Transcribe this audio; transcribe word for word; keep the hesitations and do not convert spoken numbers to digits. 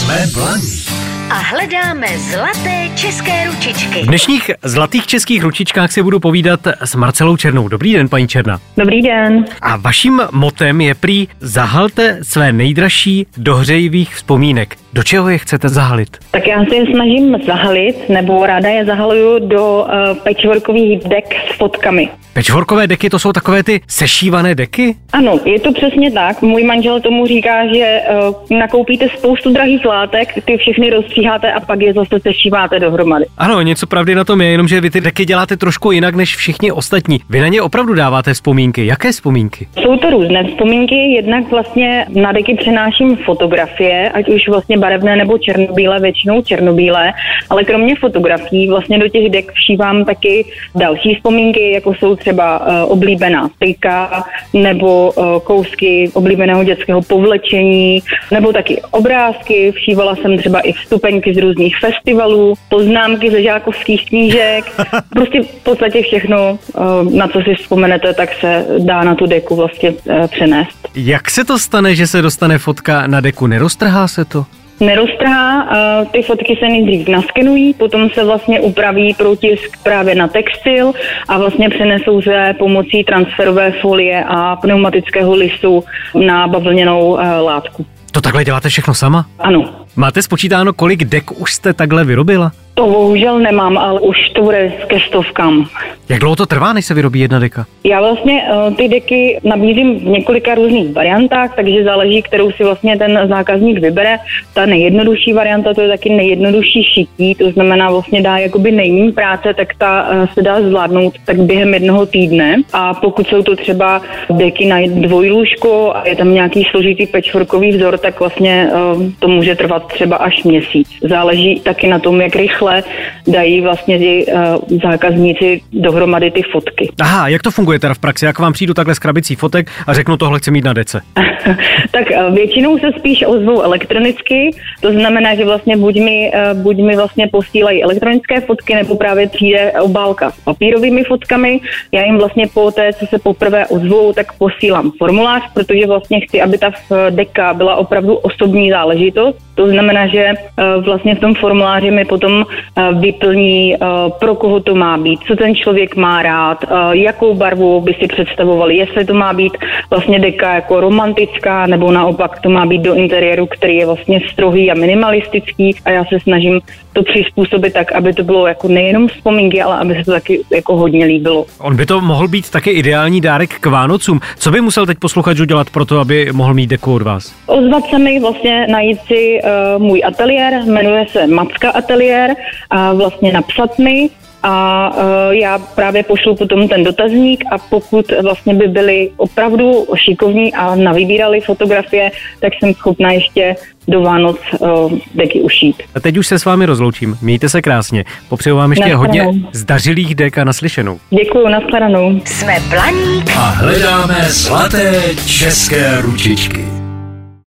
Jsme blaní. A hledáme zlaté české ručičky. V dnešních zlatých českých ručičkách si budu povídat s Marcelou Černou. Dobrý den, paní Černá. Dobrý den. A vaším motem je prý zahalte své nejdražší do hřejivých vzpomínek. Do čeho je chcete zahalit? Tak já si je snažím zahalit, nebo ráda je zahaluju do uh, patchworkových dek s fotkami. Patchworkové deky, to jsou takové ty sešívané deky? Ano, je to přesně tak. Můj manžel tomu říká, že uh, nakoupíte spoustu drahých látek, ty všechny rozstříháte a pak je zase sešíváte dohromady. Ano, něco pravdy na tom je, jenomže vy ty deky děláte trošku jinak než všichni ostatní. Vy na ně opravdu dáváte vzpomínky. Jaké vzpomínky? Jsou to různé vzpomínky, jednak vlastně na deky přenáším fotografie, ať už vlastně barevné nebo černobílé, většinou černobílé, ale kromě fotografií vlastně do těch dek všívám taky další vzpomínky, jako jsou třeba uh, oblíbená trika nebo uh, kousky oblíbeného dětského povlečení, nebo taky obrázky, všívala jsem třeba i vstupenky z různých festivalů, poznámky ze žákovských knížek, prostě v podstatě všechno, uh, na co si vzpomenete, tak se dá na tu deku vlastně uh, přenést. Jak se to stane, že se dostane fotka na deku? Neroztrhá se to? Neroztrhá, ty fotky se nejdřív naskenují, potom se vlastně upraví pro tisk právě na textil a vlastně přenesou se pomocí transferové folie a pneumatického listu na bavlněnou látku. To takhle děláte všechno sama? Ano. Máte spočítáno, kolik dek už jste takhle vyrobila? To bohužel nemám, ale už to bude ke stovkám. Jak dlouho to trvá, než se vyrobí jedna deka? Já vlastně uh, ty deky nabízím v několika různých variantách, takže záleží, kterou si vlastně ten zákazník vybere. Ta nejjednodušší varianta, to je taky nejjednodušší šití, to znamená vlastně dá jakoby nejméně práce, tak ta uh, se dá zvládnout tak během jednoho týdne. A pokud jsou to třeba deky na dvojlůžko a je tam nějaký složitý patchworkový vzor, tak vlastně uh, to může trvat třeba až měsíc. Záleží taky na tom, jak rychle dají vlastně ty uh, zákazníci dohromady ty fotky. Aha, jak to funguje teda v praxi? Jak vám přijdu takhle s krabicí fotek a řeknu, tohle chci mít na dece? Tak uh, většinou se spíš ozvou elektronicky, to znamená, že vlastně buď mi, uh, buď mi vlastně posílají elektronické fotky, nebo právě přijde obálka s papírovými fotkami. Já jim vlastně po té, co se poprvé ozvou, tak posílám formulář, protože vlastně chci, aby ta deka byla opravdu osobní záležitost. To znamená, že uh, vlastně v tom formuláři mi potom uh, vyplní, uh, pro koho to má být, co ten člověk má rád, uh, jakou barvu by si představovali, jestli to má být vlastně deka jako romantická, nebo naopak to má být do interiéru, který je vlastně strohý a minimalistický, a já se snažím to přizpůsobit tak, aby to bylo jako nejenom vzpomínky, ale aby se to taky jako hodně líbilo. On by to mohl být taky ideální dárek k Vánocům. Co by musel teď posluchač udělat pro to, aby mohl mít deku od vás? Ozvat se mi, vlastně najít si uh, můj ateliér, jmenuje se Macka ateliér, a vlastně napsat mi a uh, já právě pošlu potom ten dotazník, a pokud vlastně by byli opravdu šikovní a navybírali fotografie, tak jsem schopna ještě do Vánoc uh, deky ušít. A teď už se s vámi rozloučím. Mějte se krásně. Popřeju vám ještě hodně zdařilých dek a naslyšenou. Děkuju, nashledanou. Jsme Blaník a hledáme zlaté české ručičky.